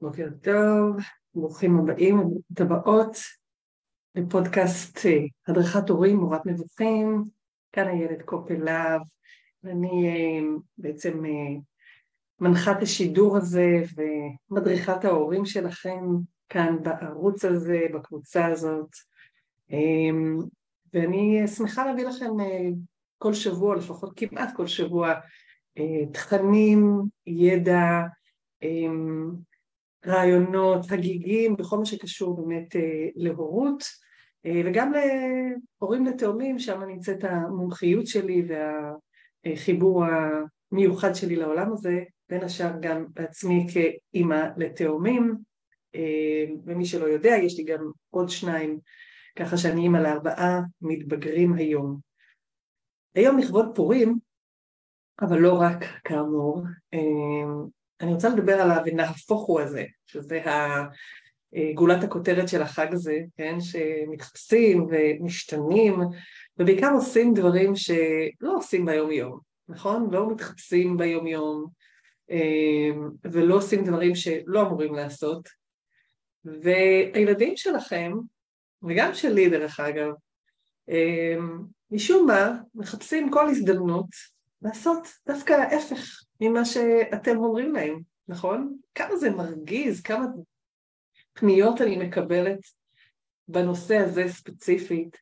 בוקר טוב, ברוכים הבאים וברוכות הבאות לפודקאסט הדרכת הורים, מורת מבוכים. כאן איילת קופל להב, ואני בעצם מנחת השידור הזה ומדריכת ההורים שלכם כאן בערוץ הזה, בקבוצה הזאת. ואני שמחה להביא לכם כל שבוע, לפחות כמעט כל שבוע, תכנים, ידע, רעיונות, הגיגים, בכל מה שקשור באמת להורות, וגם להורים לתאומים, שם נמצאת המומחיות שלי והחיבור המיוחד שלי לעולם הזה, בין השאר גם בעצמי כאימא לתאומים, ומי שלא יודע, יש לי גם עוד שניים, ככה שאני אימא ל4 מתבגרים היום. היום לכבוד פורים, אבל לא רק כאמור, אני רוצה לדבר עליו ונהפוך הוא הזה, שזה גולת הכותרת של החג הזה, כן? שמתחפשים ומשתנים, ובעיקר עושים דברים שלא עושים ביום יום, נכון? לא מתחפשים ביום יום, ולא עושים דברים שלא אמורים לעשות, והילדים שלכם, וגם שלי דרך אגב, משום מה מחפשים כל הזדמנות לעשות דווקא ההפך ממה שאתם אומרים להם, נכון? כמה זה מרגיז, כמה פניות אני מקבלת בנושא הזה ספציפית,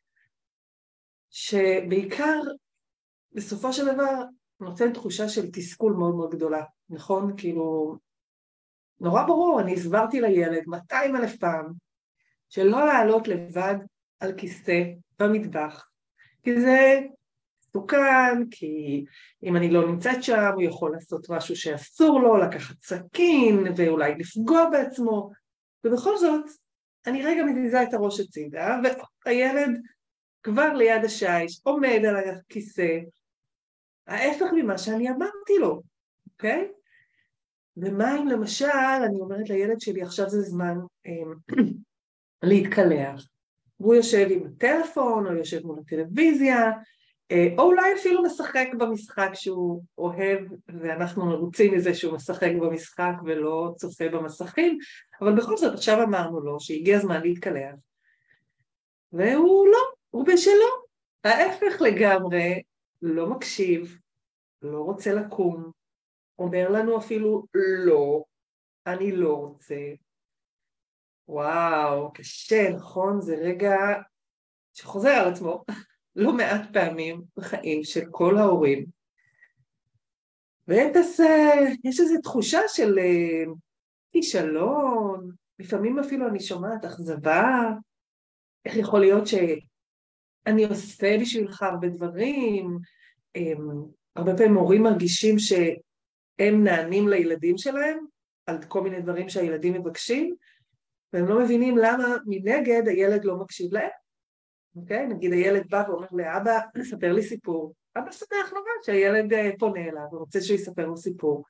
שבעיקר בסופו של דבר נותן תחושה של תסכול מאוד מאוד גדולה, נכון? כאילו, נורא ברור, אני הסברתי לילד 200,000 פעם, שלא לעלות לבד על כיסא במטבח, כי זה מסוכן, כי אם אני לא נמצאת שם, הוא יכול לעשות משהו שאסור לו, לקחת סכין, ואולי לפגוע בעצמו, ובכל זאת, אני רגע מזיזה את הראש הצידה, והילד כבר ליד השיש, עומד על הכיסא, ההפך ממה שאני אמרתי לו, אוקיי? ומה אם למשל, אני אומרת לילד שלי, עכשיו זה זמן להתקלח, והוא יושב עם הטלפון, או יושב מול הטלוויזיה, או אולי אפילו משחק במשחק שהוא אוהב, ואנחנו רוצים מזה שהוא משחק במשחק ולא צופה במסכים, אבל בכל זאת עכשיו אמרנו לו שהגיע הזמן להתקלח, והוא לא, הוא בשלו, ההפך לגמרי, לא מקשיב, לא רוצה לקום, אומר לנו אפילו לא, אני לא רוצה. וואו, קשה, נכון? זה רגע שחוזר על עצמו לא מעט פעמים בחיים של כל ההורים. ויש איזו תחושה של כישלון, לפעמים אפילו אני שומעת אכזבה, איך יכול להיות שאני עושה בשבילך הרבה דברים, הרבה פעמים הורים מרגישים שהם נענים לילדים שלהם, על כל מיני דברים שהילדים מבקשים, והם לא מבינים למה מנגד הילד לא מקשיב להם. אוקיי? נגיד הילד בא ואומר לאבא, ספר לי סיפור. אבא שמח נורא שהילד פונה אליו ורוצה שהוא יספר לו סיפור.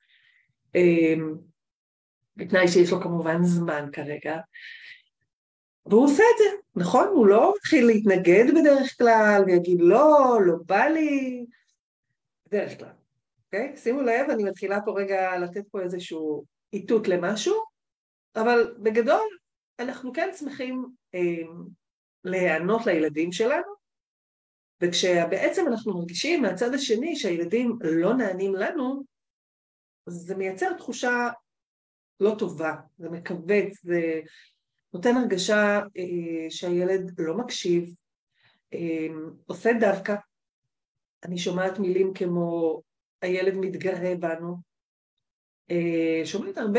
בתנאי שיש לו כמובן זמן כרגע. והוא עושה את זה, נכון? הוא לא מתחיל להתנגד בדרך כלל ויגיד לא, לא בא לי. בדרך כלל. אוקיי? שימו לב, אני מתחילה פה רגע לתת פה איזשהו איתות למשהו, אבל בגדול אנחנו כן שמחים להיענות לילדים שלנו, וכשבעצם אנחנו מרגישים מהצד השני שהילדים לא נענים לנו, זה מייצר תחושה לא טובה, זה מכווץ, זה נותן הרגשה שהילד לא מקשיב, עושה דווקא. אני שומעת מילים כמו הילד מתגרה בנו, שומעת הרבה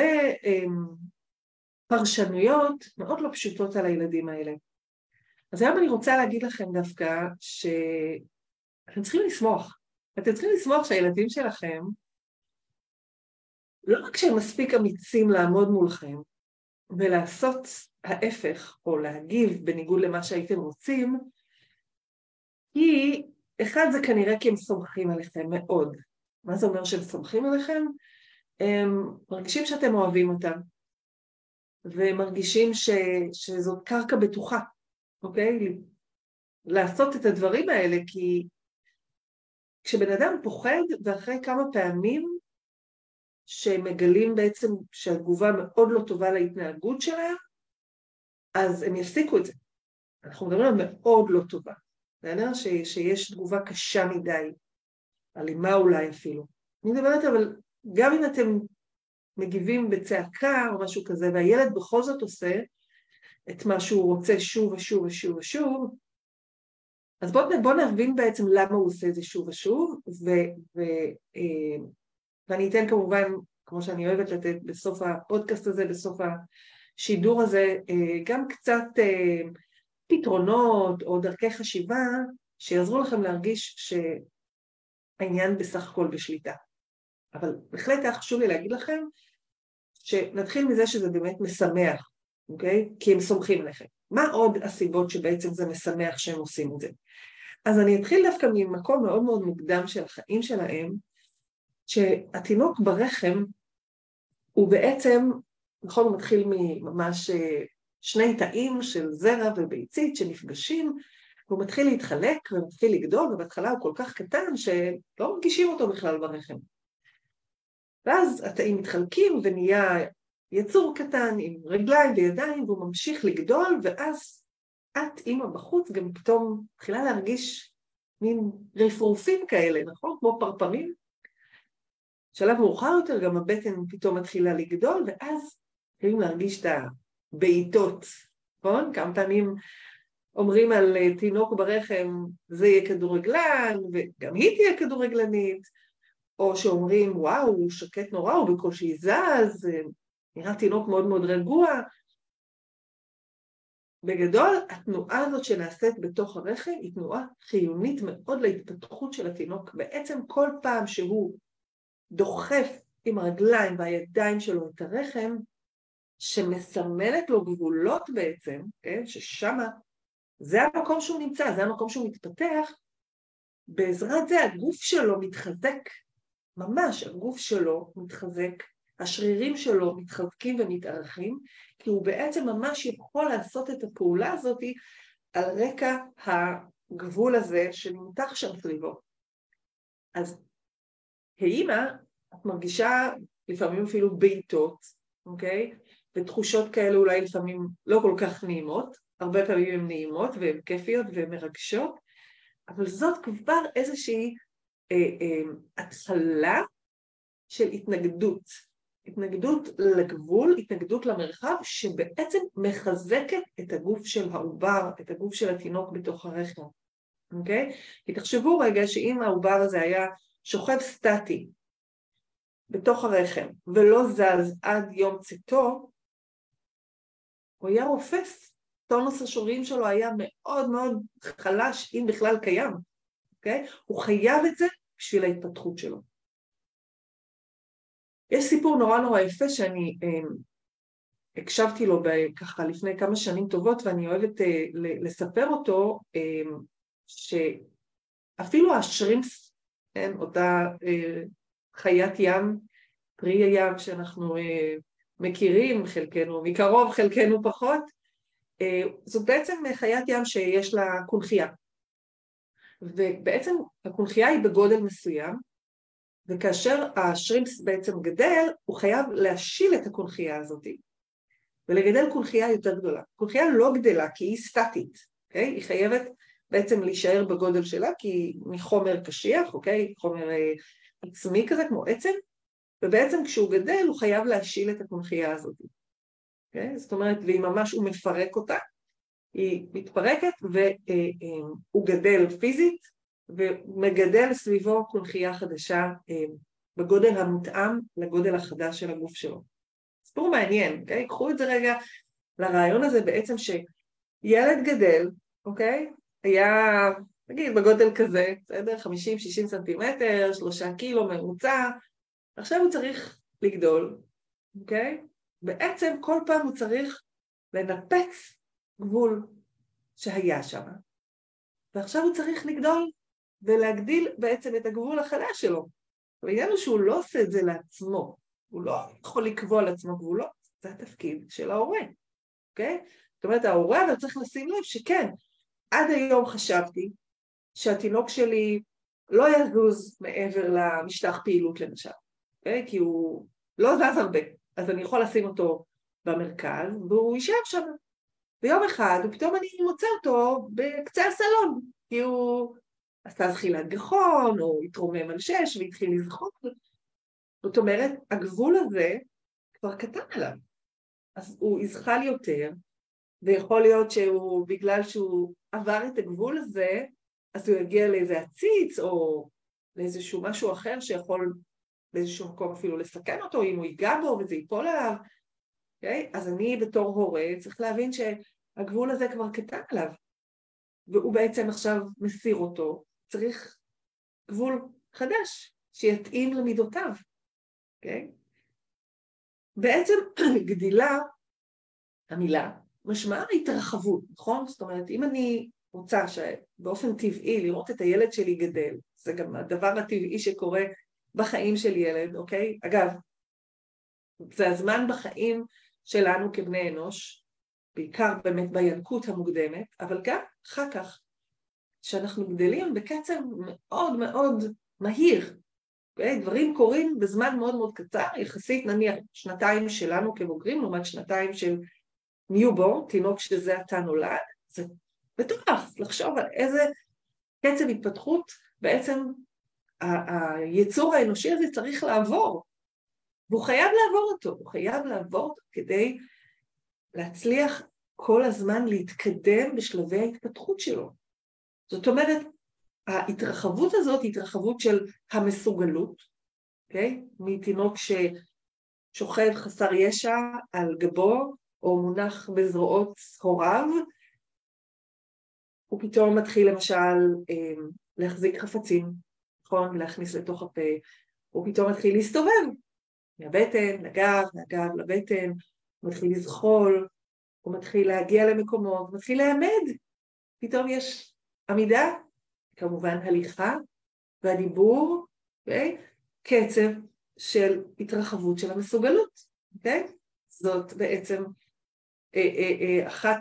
פרשנויות מאוד לא פשוטות על הילדים האלה. אז היום אני רוצה להגיד לכם דווקא שאתם צריכים לשמוח. אתם צריכים לשמוח שהילדים שלכם, לא רק שהם מספיק אמיצים לעמוד מולכם, ולעשות ההפך, או להגיב בניגוד למה שהייתם רוצים, כי אחד זה כנראה כי הם סומכים עליכם מאוד. מה זה אומר שהם סומכים עליכם? הם מרגישים שאתם אוהבים אותם, ומרגישים שזאת קרקע בטוחה. אוקיי? לעשות את הדברים האלה, כי כשבן אדם פוחד ואחרי כמה פעמים שמגלים בעצם שהתגובה מאוד לא טובה להתנהגות שלהם, אז הם יפסיקו את זה. אנחנו מדברים על מאוד לא טובה. שיש תגובה קשה מדי, אלימה אולי אפילו. אני מדברת אבל גם אם אתם מגיבים בצעקה או משהו כזה, והילד בכל זאת עושה את מה שהוא רוצה שוב ושוב ושוב ושוב, אז בואו נבין בעצם למה הוא עושה את זה שוב ושוב, ואני אתן כמובן, כמו שאני אוהבת לתת בסוף הפודקאסט הזה, בסוף השידור הזה, גם קצת פתרונות או דרכי חשיבה, שיעזרו לכם להרגיש שהעניין בסך הכל בשליטה. אבל בהחלט היה חשוב לי להגיד לכם, שנתחיל מזה שזה באמת משמח, אוקיי? כי הם סומכים עליכם. מה עוד הסיבות שבעצם זה משמח שהם עושים את זה? אז אני אתחיל דווקא ממקום מאוד מאוד מוקדם של החיים שלהם, שהתינוק ברחם הוא בעצם, נכון, הוא מתחיל ממש שני תאים של זרע וביצית שנפגשים, והוא מתחיל להתחלק ומתחיל לגדול, ובהתחלה הוא כל כך קטן שלא מרגישים אותו בכלל ברחם. ואז התאים מתחלקים ונהיה יצור קטן עם רגליים וידיים, והוא ממשיך לגדול, ואז את, אמא בחוץ, גם פתאום מתחילה להרגיש מין רפרופים כאלה, נכון? כמו פרפרים. שלב מאוחר יותר גם הבטן פתאום מתחילה לגדול, ואז יכולים להרגיש את הבעיטות, נכון? כמה פעמים אומרים על תינוק ברחם, זה יהיה כדורגלן, וגם היא תהיה כדורגלנית, או שאומרים, וואו, הוא שקט נורא, הוא בקושי זז, נראה תינוק מאוד מאוד רגוע. בגדול, התנועה הזאת שנעשית בתוך הרחם היא תנועה חיונית מאוד להתפתחות של התינוק. בעצם כל פעם שהוא דוחף עם הרגליים והידיים שלו את הרחם, שמסמלת לו גבולות בעצם, כן? ששמה זה המקום שהוא נמצא, זה המקום שהוא מתפתח, בעזרת זה הגוף שלו מתחזק, ממש הגוף שלו מתחזק, השרירים שלו מתחזקים ומתארחים, כי הוא בעצם ממש יכול לעשות את הפעולה הזאת על רקע הגבול הזה שנמתח שם סביבו. אז האמא, את מרגישה לפעמים אפילו בעיטות, אוקיי? ותחושות כאלה אולי לפעמים לא כל כך נעימות, הרבה פעמים הן נעימות והן כיפיות והן מרגשות, אבל זאת כבר איזושהי התחלה של התנגדות לגבול, התנגדות למרחב, שבעצם מחזקת את הגוף של העובר, את הגוף של התינוק בתוך הרחם, אוקיי? כי תחשבו רגע שאם העובר הזה היה שוכב סטטי בתוך הרחם ולא זז עד יום צאתו, הוא היה רופס, טונוס השרירים שלו היה מאוד מאוד חלש, אם בכלל קיים, אוקיי? הוא חייב את זה בשביל ההתפתחות שלו. יש סיפור נורא נורא יפה שאני הקשבתי לו ככה לפני כמה שנים טובות, ואני אוהבת לספר אותו, שאפילו השרימפס, אותה חיית ים, פרי הים שאנחנו מכירים, חלקנו מקרוב, חלקנו פחות, זאת בעצם חיית ים שיש לה קונחייה. ובעצם הקונחייה היא בגודל מסוים, וכאשר השרימפס בעצם גדל, הוא חייב להשיל את הקונחייה הזאת, ולגדל קונחייה יותר גדולה. קונחייה לא גדלה כי היא סטטית, okay? היא חייבת בעצם להישאר בגודל שלה, כי היא מחומר קשיח, okay? חומר עצמי כזה כמו עצם, ובעצם כשהוא גדל הוא חייב להשיל את הקונחייה הזאת. Okay? זאת אומרת, והיא ממש, הוא מפרק אותה, היא מתפרקת והוא גדל פיזית, ומגדל סביבו קונחייה חדשה בגודל המותאם לגודל החדש של הגוף שלו. סיפור מעניין, אוקיי? קחו את זה רגע לרעיון הזה בעצם שילד גדל, אוקיי? היה, נגיד, בגודל כזה, בסדר? 50-60 סנטימטר, 3 קילו ממוצע, עכשיו הוא צריך לגדול, אוקיי? בעצם כל פעם הוא צריך לנפץ גבול שהיה שם. ועכשיו הוא צריך לגדול ולהגדיל בעצם את הגבול החדש שלו. העניין הוא שהוא לא עושה את זה לעצמו, הוא לא יכול לקבוע לעצמו גבולות, זה התפקיד של ההורה, אוקיי? זאת אומרת, ההורה אבל צריך לשים לב שכן, עד היום חשבתי שהתינוק שלי לא יזוז מעבר למשטח פעילות למשל, אוקיי? כי הוא לא זז הרבה, אז אני יכול לשים אותו במרכז, והוא יישאר שם. ויום אחד, ופתאום אני מוצא אותו בקצה הסלון, כי הוא עשה זחילת גחון, או התרומם על שש, והתחיל לזחול. זאת אומרת, הגבול הזה כבר קטן עליו. אז הוא יזחל יותר, ויכול להיות שהוא, בגלל שהוא עבר את הגבול הזה, אז הוא יגיע לאיזה עציץ, או לאיזשהו משהו אחר שיכול באיזשהו מקום אפילו לסכן אותו, אם הוא ייגע בו וזה ייפול עליו. Okay? אז אני בתור הורה צריך להבין שהגבול הזה כבר קטן עליו, והוא בעצם עכשיו מסיר אותו. צריך גבול חדש שיתאים למידותיו. Okay? בעצם גדילה, המילה, משמעה התרחבות, נכון? זאת אומרת, אם אני רוצה שבאופן טבעי לראות את הילד שלי גדל, זה גם הדבר הטבעי שקורה בחיים של ילד, אוקיי? אגב, זה הזמן בחיים שלנו כבני אנוש, בעיקר באמת בינקות המוקדמת, אבל גם אחר כך, שאנחנו גדלים בקצב מאוד מאוד מהיר, אוקיי? דברים קורים בזמן מאוד מאוד קצר, יחסית נניח שנתיים שלנו כבוגרים, לעומת שנתיים של ניובורן, תינוק שזה עתה נולד, זה בטוח לחשוב על איזה קצב התפתחות בעצם היצור האנושי הזה צריך לעבור, והוא חייב לעבור אותו, הוא חייב לעבור אותו כדי להצליח כל הזמן להתקדם בשלבי ההתפתחות שלו. זאת אומרת, ההתרחבות הזאת היא התרחבות של המסוגלות, okay? מתינוק ששוכב חסר ישע על גבו, או מונח בזרועות הוריו, הוא פתאום מתחיל למשל להחזיק חפצים, נכון? להכניס לתוך הפה, הוא פתאום מתחיל להסתובב, מהבטן, מהגב לבטן, הוא מתחיל לזחול, הוא מתחיל להגיע למקומות, הוא מתחיל לעמד, פתאום יש עמידה, כמובן הליכה והדיבור, okay? קצב של התרחבות של המסוגלות, okay? זאת בעצם אחת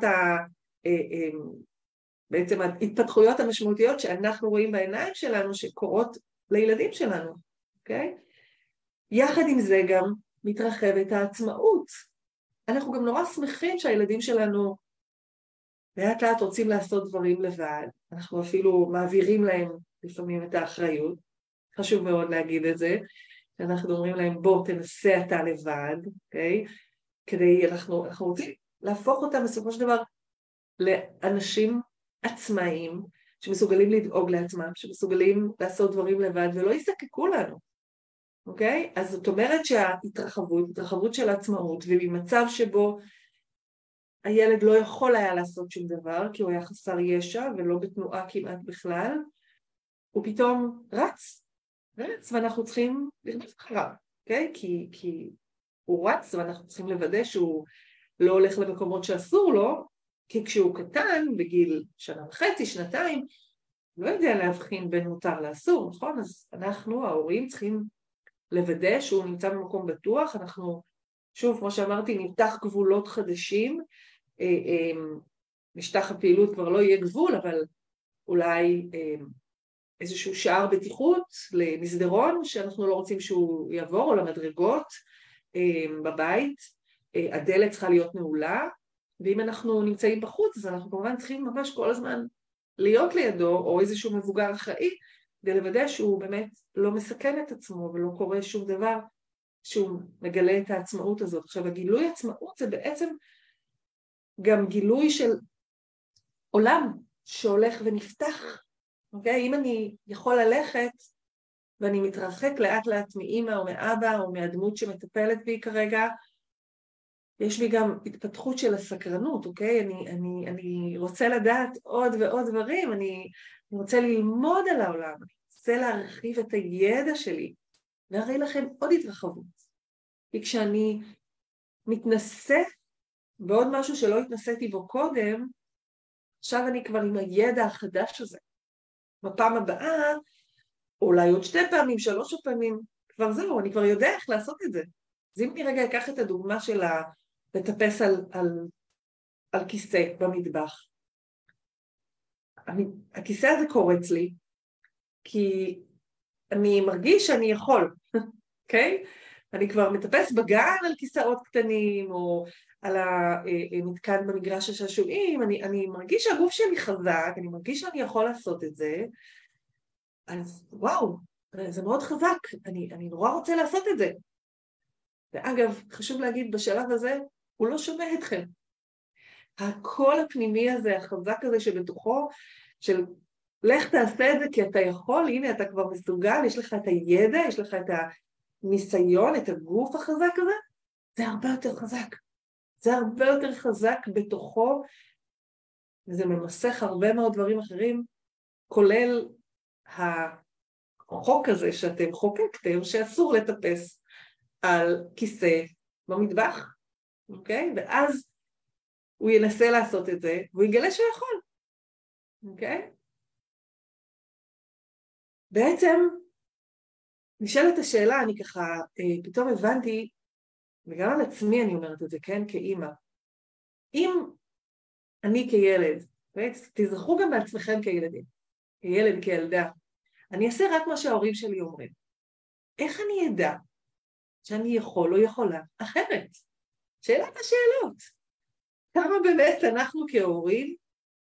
בעצם ההתפתחויות המשמעותיות שאנחנו רואים בעיניים שלנו שקורות לילדים שלנו, אוקיי? יחד עם זה גם מתרחבת העצמאות. אנחנו גם נורא שמחים שהילדים שלנו לאט לאט רוצים לעשות דברים לבד, אנחנו אפילו מעבירים להם לפעמים את האחריות, חשוב מאוד להגיד את זה, אנחנו אומרים להם בוא תנסה אתה לבד, אוקיי? כדי אנחנו רוצים להפוך אותם בסופו של דבר לאנשים עצמאיים שמסוגלים לדאוג לעצמם, שמסוגלים לעשות דברים לבד ולא יזקקו לנו, אוקיי? אז זאת אומרת שההתרחבות, התרחבות של עצמאות, וממצב שבו הילד לא יכול היה לעשות שום דבר, כי הוא היה חסר ישע ולא בתנועה כמעט בכלל, הוא פתאום רץ, ואנחנו צריכים לרדוף אחריו, אוקיי? כי הוא רץ ואנחנו צריכים לוודא שהוא לא הולך למקומות שאסור לו, כי כשהוא קטן, בגיל שנה וחצי, שנתיים, לא יודע להבחין בין מותר לאסור, נכון? אז אנחנו, ההורים, צריכים לוודא שהוא נמצא במקום בטוח, אנחנו, שוב, כמו שאמרתי, נפתח גבולות חדשים, משטח הפעילות כבר לא יהיה גבול, אבל אולי איזשהו שער בטיחות למסדרון, שאנחנו לא רוצים שהוא יעבור, או למדרגות בבית, הדלת צריכה להיות נעולה, ואם אנחנו נמצאים בחוץ, אז אנחנו כמובן צריכים ממש כל הזמן להיות לידו, או איזשהו מבוגר אחראי, כדי לוודא שהוא באמת לא מסכן את עצמו, ולא קורה שום דבר שהוא מגלה את העצמאות הזאת. עכשיו, הגילוי עצמאות זה בעצם גם גילוי של עולם שהולך ונפתח. אוקיי? אם אני יכול ללכת, ואני מתרחק לאט לאט מאמא או מאבא, או מהדמות שמטפלת בי כרגע, יש לי גם התפתחות של הסקרנות, אוקיי? אני רוצה לדעת עוד ועוד דברים, אני רוצה ללמוד על העולם, אני רוצה להרחיב את הידע שלי, להראה לכם עוד התרחבות. כי כשאני מתנסה בעוד משהו שלא התנסיתי בו קודם, עכשיו אני כבר עם הידע החדש הזה. בפעם הבאה, אולי עוד 2 פעמים, 3 פעמים, כבר זהו, אני כבר יודע איך לעשות את זה. אז אם אני רגע אקח את הדוגמה של לטפס על כיסא במטבח. הכיסא הזה קורץ לי, כי אני מרגיש שאני יכול, אוקיי? אני כבר מטפס בגן על כיסאות קטנים, או על המתקן במגרש השעשועים, אני מרגיש שהגוף שלי חזק, אני מרגיש שאני יכול לעשות את זה, אז וואו, זה מאוד חזק, אני נורא רוצה לעשות את זה. ואגב, חשוב להגיד, בשלב הזה, הוא לא שומע אתכם. הקול הפנימי הזה, החזק הזה שבתוכו, של לך תעשה את זה כי אתה יכול, הנה אתה כבר מסוגל, יש לך את הידע, יש לך את הניסיון, את הגוף החזק הזה, זה הרבה יותר חזק. זה הרבה יותר חזק בתוכו, וזה ממסך הרבה מאוד דברים אחרים, כולל החוק הזה שאתם חוקקתם, שאסור לטפס על כיסא במטבח, אוקיי? ואז הוא ינסה לעשות את זה, והוא יגלה שהוא יכול, אוקיי? בעצם, נשאלת השאלה, אני ככה פתאום הבנתי, וגם על עצמי אני אומרת את זה, כן, כאימא. אם אני כילד, תזכרו גם בעצמכם כילדים, כילד, כילדה, אני אעשה רק מה שההורים שלי אומרים. איך אני אדע שאני יכול או יכולה אחרת? שאלת השאלות. כמה באמת אנחנו כהורים,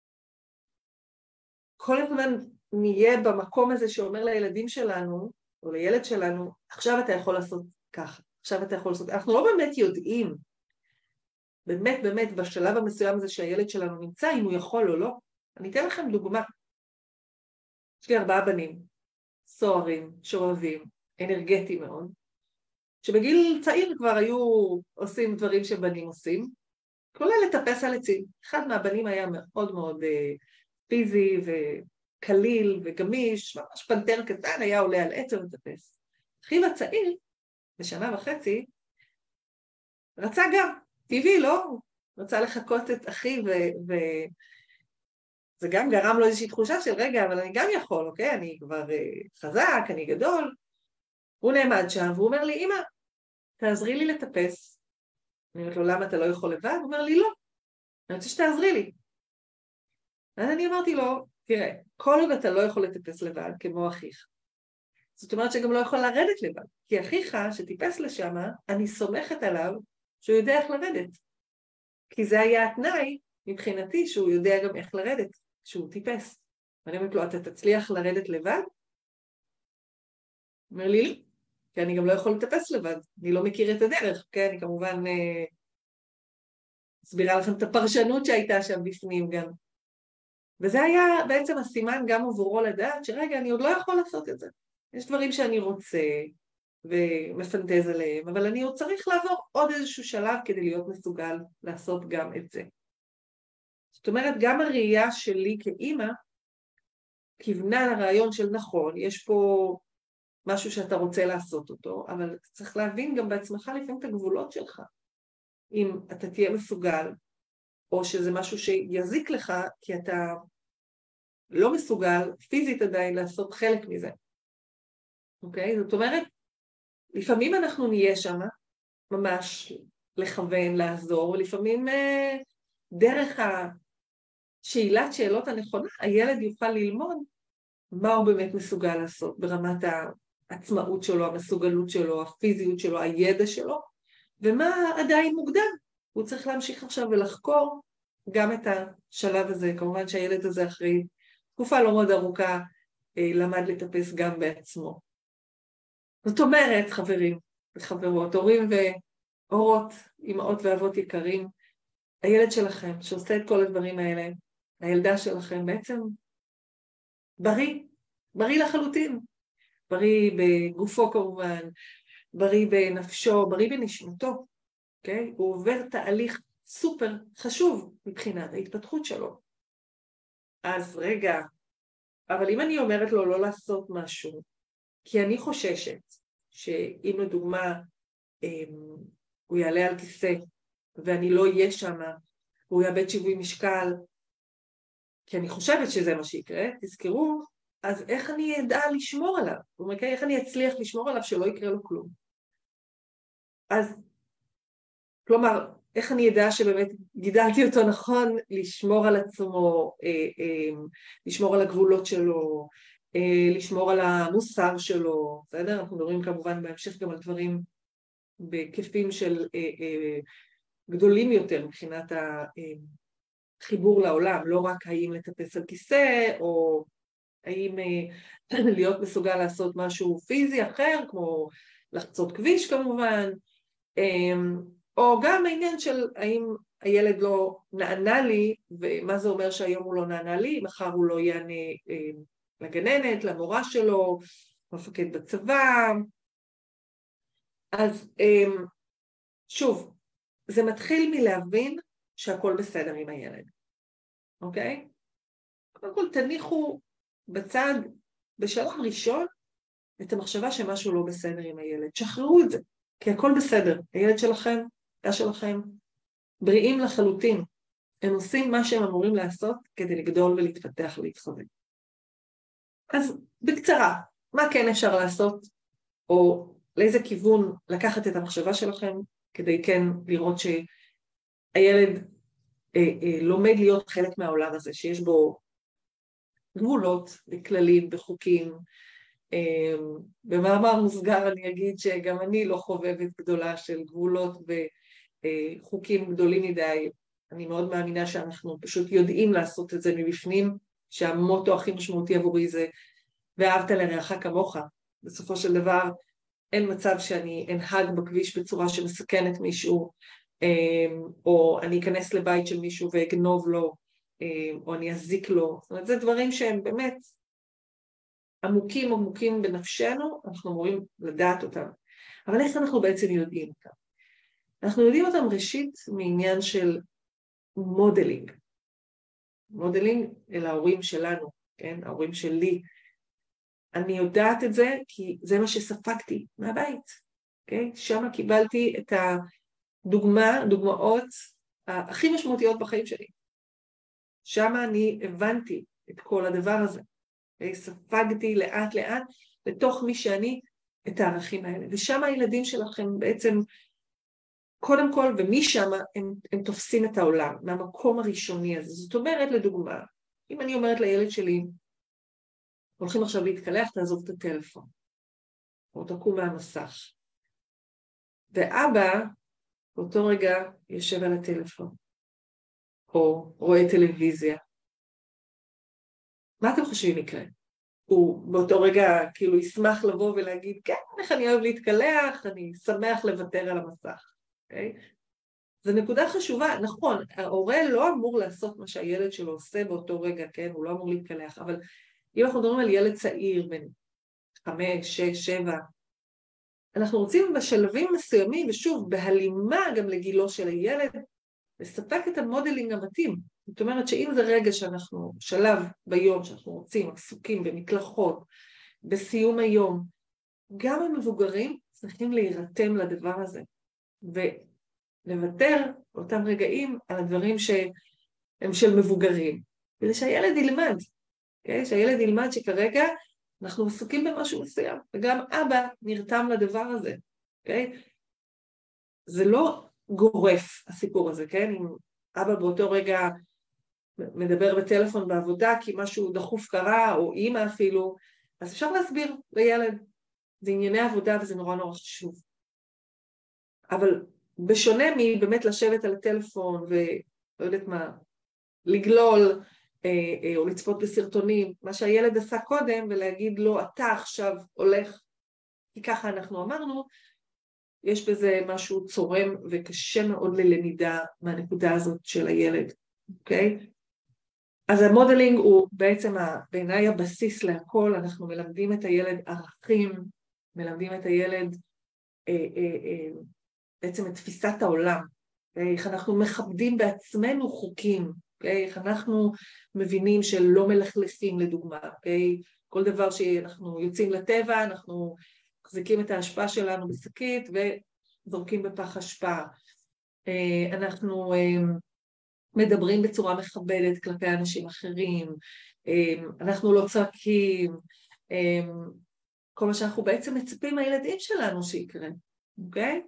כל הזמן נהיה במקום הזה שאומר לילדים שלנו, או לילד שלנו, עכשיו אתה יכול לעשות ככה, עכשיו אתה יכול לעשות, אנחנו לא באמת יודעים, באמת בשלב המסוים הזה שהילד שלנו נמצא, אם הוא יכול או לא. אני אתן לכם דוגמה. יש לי 4 בנים, סוערים, שואבים, אנרגטיים מאוד, שבגיל צעיר כבר היו עושים דברים שבנים עושים, כולל לטפס על עצים. אחד מהבנים היה מאוד מאוד פיזי וקליל וגמיש, ממש פנתר קטן, היה עולה על עץ ומטפס. אחיו הצעיר, בשנה וחצי, רצה גם, טבעי, לא? רצה לחכות את אחי, וזה גם גרם לו איזושהי תחושה של רגע, אבל אני גם יכול, אוקיי? אני כבר חזק, אני גדול. הוא נעמד שם, והוא אומר לי, אמא, תעזרי לי לטפס. אני אומרת לו, למה אתה לא יכול לבד? הוא אומר לי, לא, אני רוצה שתעזרי לי. אז אני אמרתי לו, תראה, כל עוד אתה לא יכול לטפס לבד, כמו אחיך, זאת אומרת שגם לא יכול לרדת לבד, כי אחיך שטיפס לשם, אני סומכת עליו שהוא יודע איך לרדת. כי זה היה התנאי מבחינתי שהוא יודע גם איך לרדת, שהוא טיפס. ואני אומרת לו, אתה תצליח לרדת לבד? הוא אומר לי, לא, כי אני גם לא יכול לטפס לבד, אני לא מכיר את הדרך, כן? אני כמובן מסבירה לכם את הפרשנות שהייתה שם בפנים גם. וזה היה בעצם הסימן גם עבורו לדעת שרגע, אני עוד לא יכול לעשות את זה. יש דברים שאני רוצה ומפנטז עליהם, אבל אני עוד צריך לעבור עוד איזשהו שלב כדי להיות מסוגל לעשות גם את זה. זאת אומרת, גם הראייה שלי כאימא כיוונה לרעיון של נכון, יש פה משהו שאתה רוצה לעשות אותו, אבל צריך להבין גם בעצמך לפעמים את הגבולות שלך. אם אתה תהיה מסוגל, או שזה משהו שיזיק לך, כי אתה לא מסוגל פיזית עדיין לעשות חלק מזה. אוקיי? זאת אומרת, לפעמים אנחנו נהיה שם, ממש לכוון, לעזור, ולפעמים דרך השאלת שאלות הנכונה, הילד יוכל ללמוד מה הוא באמת מסוגל לעשות ברמת העצמאות שלו, המסוגלות שלו, הפיזיות שלו, הידע שלו, ומה עדיין מוקדם. הוא צריך להמשיך עכשיו ולחקור גם את השלב הזה. כמובן שהילד הזה אחרי תקופה לא מאוד ארוכה למד לטפס גם בעצמו. זאת אומרת, חברים וחברות, הורים והורות, אמאות ואבות יקרים, הילד שלכם שעושה את כל הדברים האלה, הילדה שלכם בעצם בריא לחלוטין, בריא בגופו כמובן, בריא בנפשו, בריא בנשמתו, okay? הוא עובר תהליך סופר חשוב מבחינת ההתפתחות שלו. אז רגע, אבל אם אני אומרת לו לא לעשות משהו, כי אני חוששת שאם לדוגמה הוא יעלה על כיסא ואני לא אהיה שם, הוא יאבד שיווי משקל, כי אני חושבת שזה מה שיקרה, תזכרו, אז איך אני אדע לשמור עליו? איך אני אצליח לשמור עליו שלא יקרה לו כלום? אז, כלומר, איך אני אדע שבאמת גידלתי אותו נכון, לשמור על עצמו, לשמור על הגבולות שלו, לשמור על המוסר שלו, בסדר? אנחנו מדברים כמובן בהמשך גם על דברים בהיקפים של גדולים יותר מבחינת החיבור לעולם, לא רק האם לטפס על כיסא, או האם להיות מסוגל לעשות משהו פיזי אחר, כמו לחצות כביש כמובן, או גם העניין של האם הילד לא נענה לי, ומה זה אומר שהיום הוא לא נענה לי, מחר הוא לא יענה לגננת, למורה שלו, מפקד בצבא. אז שוב, זה מתחיל מלהבין שהכל בסדר עם הילד, אוקיי? קודם כל תניחו בצד, בשלב ראשון, את המחשבה שמשהו לא בסדר עם הילד. שחררו את זה, כי הכל בסדר. הילד שלכם, הילד שלכם, בריאים לחלוטין. הם עושים מה שהם אמורים לעשות כדי לגדול ולהתפתח ולהתחזק. אז בקצרה, מה כן אפשר לעשות, או לאיזה כיוון לקחת את המחשבה שלכם, כדי כן לראות שהילד לומד להיות חלק מהעולם הזה, שיש בו גבולות וכללים וחוקים. במאמר מוסגר אני אגיד שגם אני לא חובבת גדולה של גבולות וחוקים גדולים מדי. אני מאוד מאמינה שאנחנו פשוט יודעים לעשות את זה מבפנים, שהמוטו הכי משמעותי עבורי זה ואהבת לרעך כמוך. בסופו של דבר אין מצב שאני אנהג בכביש בצורה שמסכנת מישהו, או אני אכנס לבית של מישהו ואגנוב לו, או אני אזיק לו. זאת אומרת, זה דברים שהם באמת עמוקים בנפשנו, אנחנו אמורים לדעת אותם. אבל איך אנחנו בעצם יודעים אותם? אנחנו יודעים אותם ראשית מעניין של מודלינג. מודלינג אל ההורים שלנו, כן? ההורים שלי. אני יודעת את זה כי זה מה שספגתי מהבית. Okay? שם קיבלתי את הדוגמאות הכי משמעותיות בחיים שלי. שם אני הבנתי את כל הדבר הזה. Okay? ספגתי לאט לאט לתוך מי שאני את הערכים האלה. ושם הילדים שלכם בעצם, קודם כל, ומשם הם תופסים את העולם, מהמקום הראשוני הזה. זאת אומרת, לדוגמה, אם אני אומרת לילד שלי, הולכים עכשיו להתקלח, תעזוב את הטלפון, או תקום מהמסך. ואבא, באותו רגע, יושב על הטלפון, או רואה טלוויזיה. מה אתם חושבים יקרה? הוא באותו רגע כאילו ישמח לבוא ולהגיד, כן, איך אני אוהב להתקלח, אני שמח לוותר על המסך. Okay? זו נקודה חשובה, נכון, ההורה לא אמור לעשות מה שהילד שלו עושה באותו רגע, כן? הוא לא אמור להתקלח, אבל אם אנחנו מדברים על ילד צעיר, בין 5, 6, 7, אנחנו רוצים בשלבים מסוימים, ושוב, בהלימה גם לגילו של הילד, לספק את המודלינג המתאים. זאת אומרת שאם זה רגע שאנחנו, שלב ביום שאנחנו רוצים, עסוקים במקלחות, בסיום היום, גם המבוגרים צריכים להירתם לדבר הזה, ולוותר אותם רגעים על הדברים שהם של מבוגרים, כדי שהילד ילמד. Okay? שהילד ילמד שכרגע אנחנו עסוקים במשהו מסוים, וגם אבא נרתם לדבר הזה. Okay? זה לא גורף הסיפור הזה, כן? אם אבא באותו רגע מדבר בטלפון בעבודה כי משהו דחוף קרה, או אמא אפילו, אז אפשר להסביר לילד. זה ענייני עבודה וזה נורא נורא חשוב. אבל בשונה מבאמת לשבת על הטלפון ולא יודעת מה, לגלול, או לצפות בסרטונים, מה שהילד עשה קודם, ולהגיד לו, אתה עכשיו הולך, כי ככה אנחנו אמרנו, יש בזה משהו צורם וקשה מאוד ללמידה מהנקודה הזאת של הילד, אוקיי? אז המודלינג הוא בעצם בעיניי הבסיס להכל, אנחנו מלמדים את הילד ערכים, מלמדים את הילד בעצם את תפיסת העולם, איך אנחנו מכבדים בעצמנו חוקים, איך אנחנו מבינים שלא מלכלכים לדוגמה, כל דבר שאנחנו יוצאים לטבע, אנחנו מחזיקים את ההשפעה שלנו בשקית וזורקים בפח השפעה. אנחנו מדברים בצורה מכבדת כלפי אנשים אחרים, אנחנו לא צועקים, כל מה שאנחנו בעצם מצפים מהילדים שלנו שיקרה, אוקיי?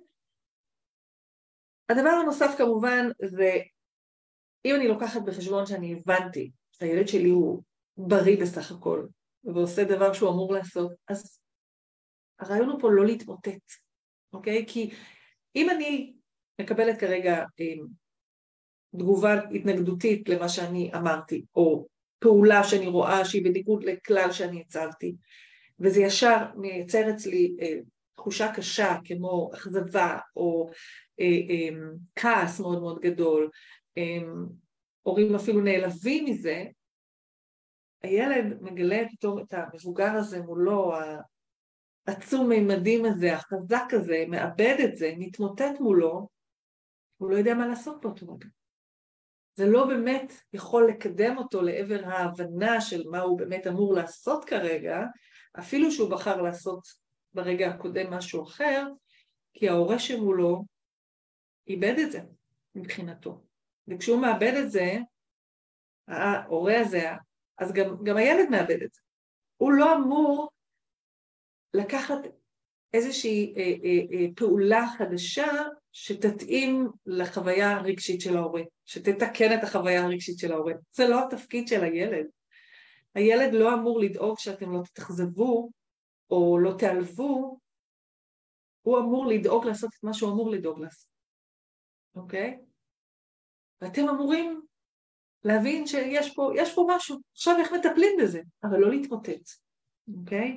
הדבר הנוסף כמובן זה, אם אני לוקחת בחשבון שאני הבנתי שהילד שלי הוא בריא בסך הכל, ועושה דבר שהוא אמור לעשות, אז הרעיון הוא פה לא להתמוטט, אוקיי? כי אם אני מקבלת כרגע תגובה התנגדותית למה שאני אמרתי, או פעולה שאני רואה שהיא בניגוד לכלל שאני הצבתי, וזה ישר מייצר אצלי תחושה קשה כמו אכזבה או כעס מאוד מאוד גדול, הורים אפילו נעלבים מזה, הילד מגלה פתאום את המבוגר הזה מולו, העצום מימדים הזה, החזק הזה, מאבד את זה, מתמוטט מולו, הוא לא יודע מה לעשות באותו רגע. זה לא באמת יכול לקדם אותו לעבר ההבנה של מה הוא באמת אמור לעשות כרגע, אפילו שהוא בחר לעשות ברגע הקודם משהו אחר, כי ההורה שמולו איבד את זה מבחינתו. וכשהוא מאבד את זה, ההורה הזה, אז גם הילד מאבד את זה. הוא לא אמור לקחת איזושהי פעולה חדשה שתתאים לחוויה הרגשית של ההורה, שתתקן את החוויה הרגשית של ההורה. זה לא התפקיד של הילד. הילד לא אמור לדאוג שאתם לא תתאכזבו או לא תיעלבו, הוא אמור לדאוג לעשות את מה שהוא אמור לדאוג לעשות. אוקיי? ואתם אמורים להבין שיש פה משהו. עכשיו איך מטפלים בזה? אבל לא להתמוטט. אוקיי?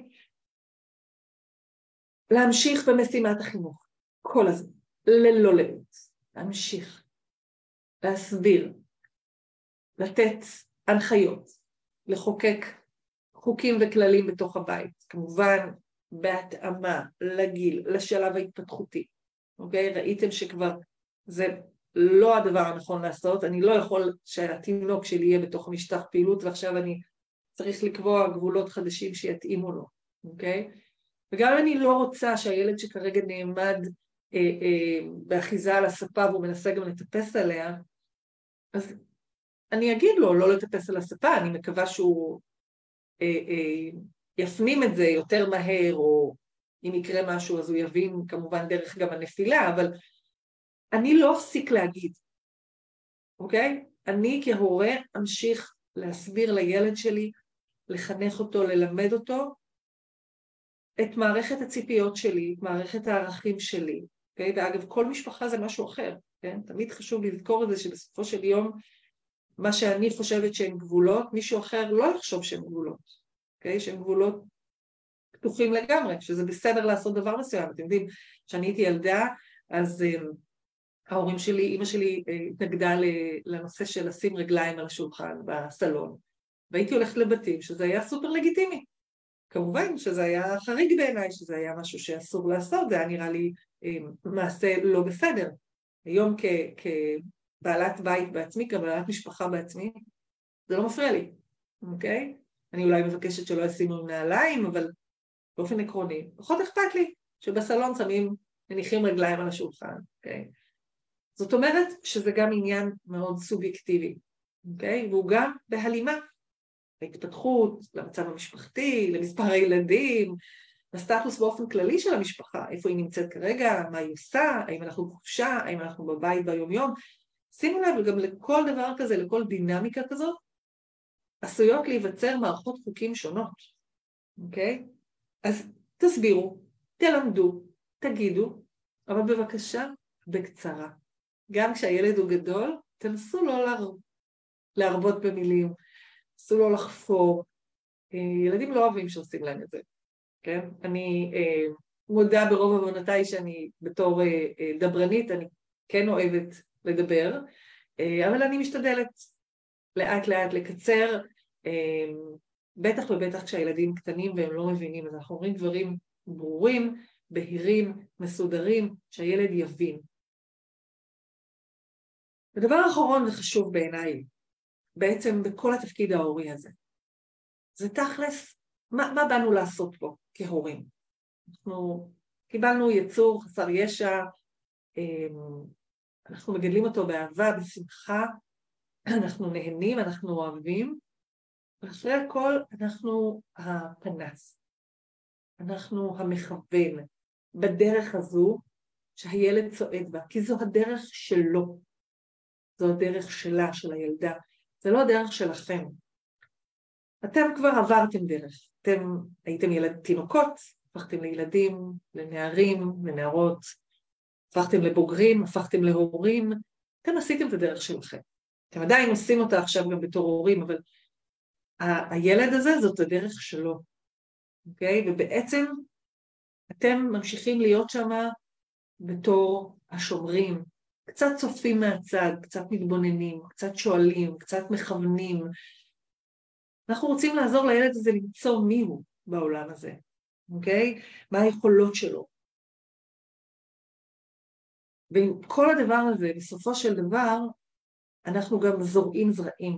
להמשיך במשימת החינוך. כל הזמן. ללא לאות. להמשיך. להסביר. לתת הנחיות. לחוקק חוקים וכללים בתוך הבית. כמובן, בהתאמה לגיל, לשלב ההתפתחותי. אוקיי? ראיתם שכבר זה לא הדבר הנכון לעשות. אני לא יכול שהתינוק שלי יהיה בתוך משטח פעילות, ועכשיו אני צריך לקבוע גבולות חדשים שיתאימו לו. אוקיי? וגם אני לא רוצה שהילד שכרגע נעמד באחיזה על הספה והוא מנסה גם לטפס עליה, אז אני אגיד לו לא לטפס על הספה, אני מקווה שהוא יפנים את זה יותר מהר, או אם יקרה משהו אז הוא יבין כמובן דרך גם הנפילה, אבל אני לא אפסיק להגיד, אוקיי? אני כהורה אמשיך להסביר לילד שלי, לחנך אותו, ללמד אותו, את מערכת הציפיות שלי, את מערכת הערכים שלי, אוקיי? ואגב, כל משפחה זה משהו אחר, כן? תמיד חשוב לזכור את זה שבסופו של יום, מה שאני חושבת שהן גבולות, מישהו אחר לא יחשוב שהן גבולות, אוקיי? שהן גבולות פתוחים לגמרי, שזה בסדר לעשות דבר מסוים. אתם יודעים, כשאני הייתי ילדה, אז ההורים שלי, אמא שלי התנגדה לנושא של לשים רגליים על השולחן בסלון, והייתי הולכת לבתים, שזה היה סופר לגיטימי. כמובן שזה היה חריג בעיניי, שזה היה משהו שאסור לעשות, זה היה נראה לי מעשה לא בסדר. היום כבעלת בית בעצמי, כבעלת משפחה בעצמי, זה לא מפריע לי, אוקיי? אני אולי מבקשת שלא ישימו נעליים, אבל באופן עקרוני, פחות אכפת לי שבסלון שמים, מניחים רגליים על השולחן, אוקיי? זאת אומרת שזה גם עניין מאוד סובייקטיבי, אוקיי? והוא גם בהלימה. להתפתחות, למצב המשפחתי, למספר הילדים, לסטטוס באופן כללי של המשפחה, איפה היא נמצאת כרגע, מה היא עושה, האם אנחנו בחופשה, האם אנחנו בבית ביום יום. שימו לב, גם לכל דבר כזה, לכל דינמיקה כזאת, עשויות להיווצר מערכות חוקים שונות, אוקיי? אז תסבירו, תלמדו, תגידו, אבל בבקשה, בקצרה. גם כשהילד הוא גדול, תנסו לא להרבות במילים, תנסו לא לחפור. ילדים לא אוהבים שעושים להם את זה, כן? אני מודה ברוב עוונותיי שאני בתור דברנית, אני כן אוהבת לדבר, אבל אני משתדלת לאט לאט לקצר, בטח ובטח כשהילדים קטנים והם לא מבינים, אז אנחנו אומרים דברים ברורים, בהירים, מסודרים, שהילד יבין. הדבר האחרון וחשוב בעיניי, בעצם בכל התפקיד ההורי הזה, זה תכלס, מה באנו לעשות פה כהורים? אנחנו קיבלנו יצור חסר ישע, אנחנו מגדלים אותו באהבה, בשמחה, אנחנו נהנים, אנחנו אוהבים, ואחרי הכל אנחנו הפנס, אנחנו המכוון בדרך הזו שהילד צועד בה, כי זו הדרך שלו, זו הדרך שלה, של הילדה, זה לא הדרך שלכם. אתם כבר עברתם דרך, אתם הייתם תינוקות, הפכתם לילדים, לנערים, לנערות, הפכתם לבוגרים, הפכתם להורים, אתם עשיתם את הדרך שלכם. אתם עדיין עושים אותה עכשיו גם בתור הורים, אבל הילד הזה זאת הדרך שלו, אוקיי? ובעצם אתם ממשיכים להיות שם בתור השומרים, קצת צופים מהצד, קצת מתבוננים, קצת שואלים, קצת מכוונים. אנחנו רוצים לעזור לילד הזה למצוא מי הוא בעולם הזה, אוקיי? מה היכולות שלו. ועם כל הדבר הזה, בסופו של דבר, אנחנו גם זורעים זרעים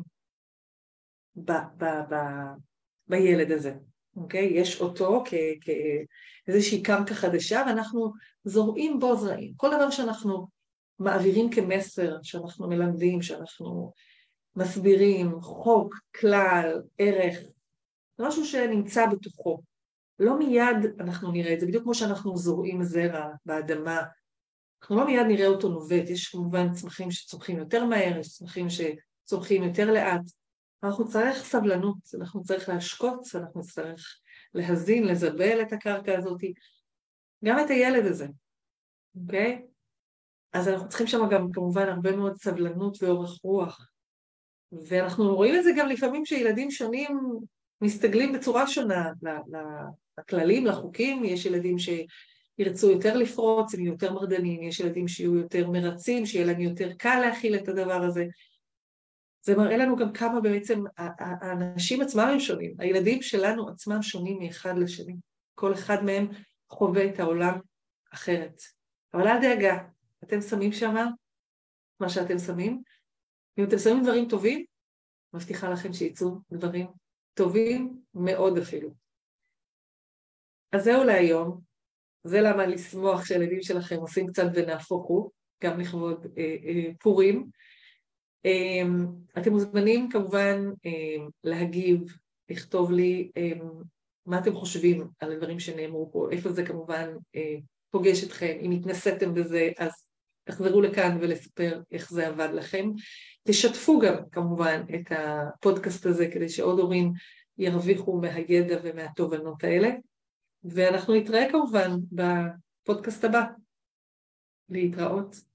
בילד הזה, אוקיי? יש אותו כאיזושהי קרקע חדשה, ואנחנו זורעים בו זרעים. כל דבר שאנחנו מעבירים כמסר, שאנחנו מלמדים, שאנחנו מסבירים, חוק, כלל, ערך, זה משהו שנמצא בתוכו. לא מיד אנחנו נראה את זה, בדיוק כמו שאנחנו זורעים זרע באדמה, אנחנו לא מיד נראה אותו נובט. יש כמובן צמחים שצומחים יותר מהר, יש צמחים שצומחים יותר לאט. אנחנו צריך סבלנות, אנחנו צריך להשקוץ, אנחנו צריך להזין, לזבל את הקרקע הזאת, גם את הילד הזה, אוקיי? אז אנחנו צריכים שם גם כמובן הרבה מאוד סבלנות ואורך רוח, ואנחנו רואים את זה גם לפעמים שילדים שונים מסתגלים בצורה שונה לכללים, לחוקים. יש ילדים שירצו יותר לפרוץ, הם יהיו יותר מרדנים, יש ילדים שיהיו יותר מרצים, שיהיה להם יותר קל להכיל את הדבר הזה. זה מראה לנו גם כמה בעצם האנשים עצמם הם שונים, הילדים שלנו עצמם שונים מאחד לשני, כל אחד מהם חווה את העולם אחרת. אבל אל דאגה, אתם שמים שמה מה שאתם שמים, אם אתם שמים דברים טובים, מבטיחה לכם שיצאו דברים טובים מאוד אפילו. אז זהו להיום, זה למה לשמוח שהילדים שלכם עושים קצת ונהפוך הוא, גם לכבוד פורים. אתם מוזמנים כמובן להגיב, לכתוב לי מה אתם חושבים על הדברים שנאמרו פה, איפה זה כמובן פוגש אתכם, אם התנסיתם בזה, אז תחזרו לכאן ולספר איך זה עבד לכם. תשתפו גם כמובן את הפודקאסט הזה, כדי שעוד הורים ירוויחו מהידע ומהתובנות האלה, ואנחנו נתראה כמובן בפודקאסט הבא. להתראות.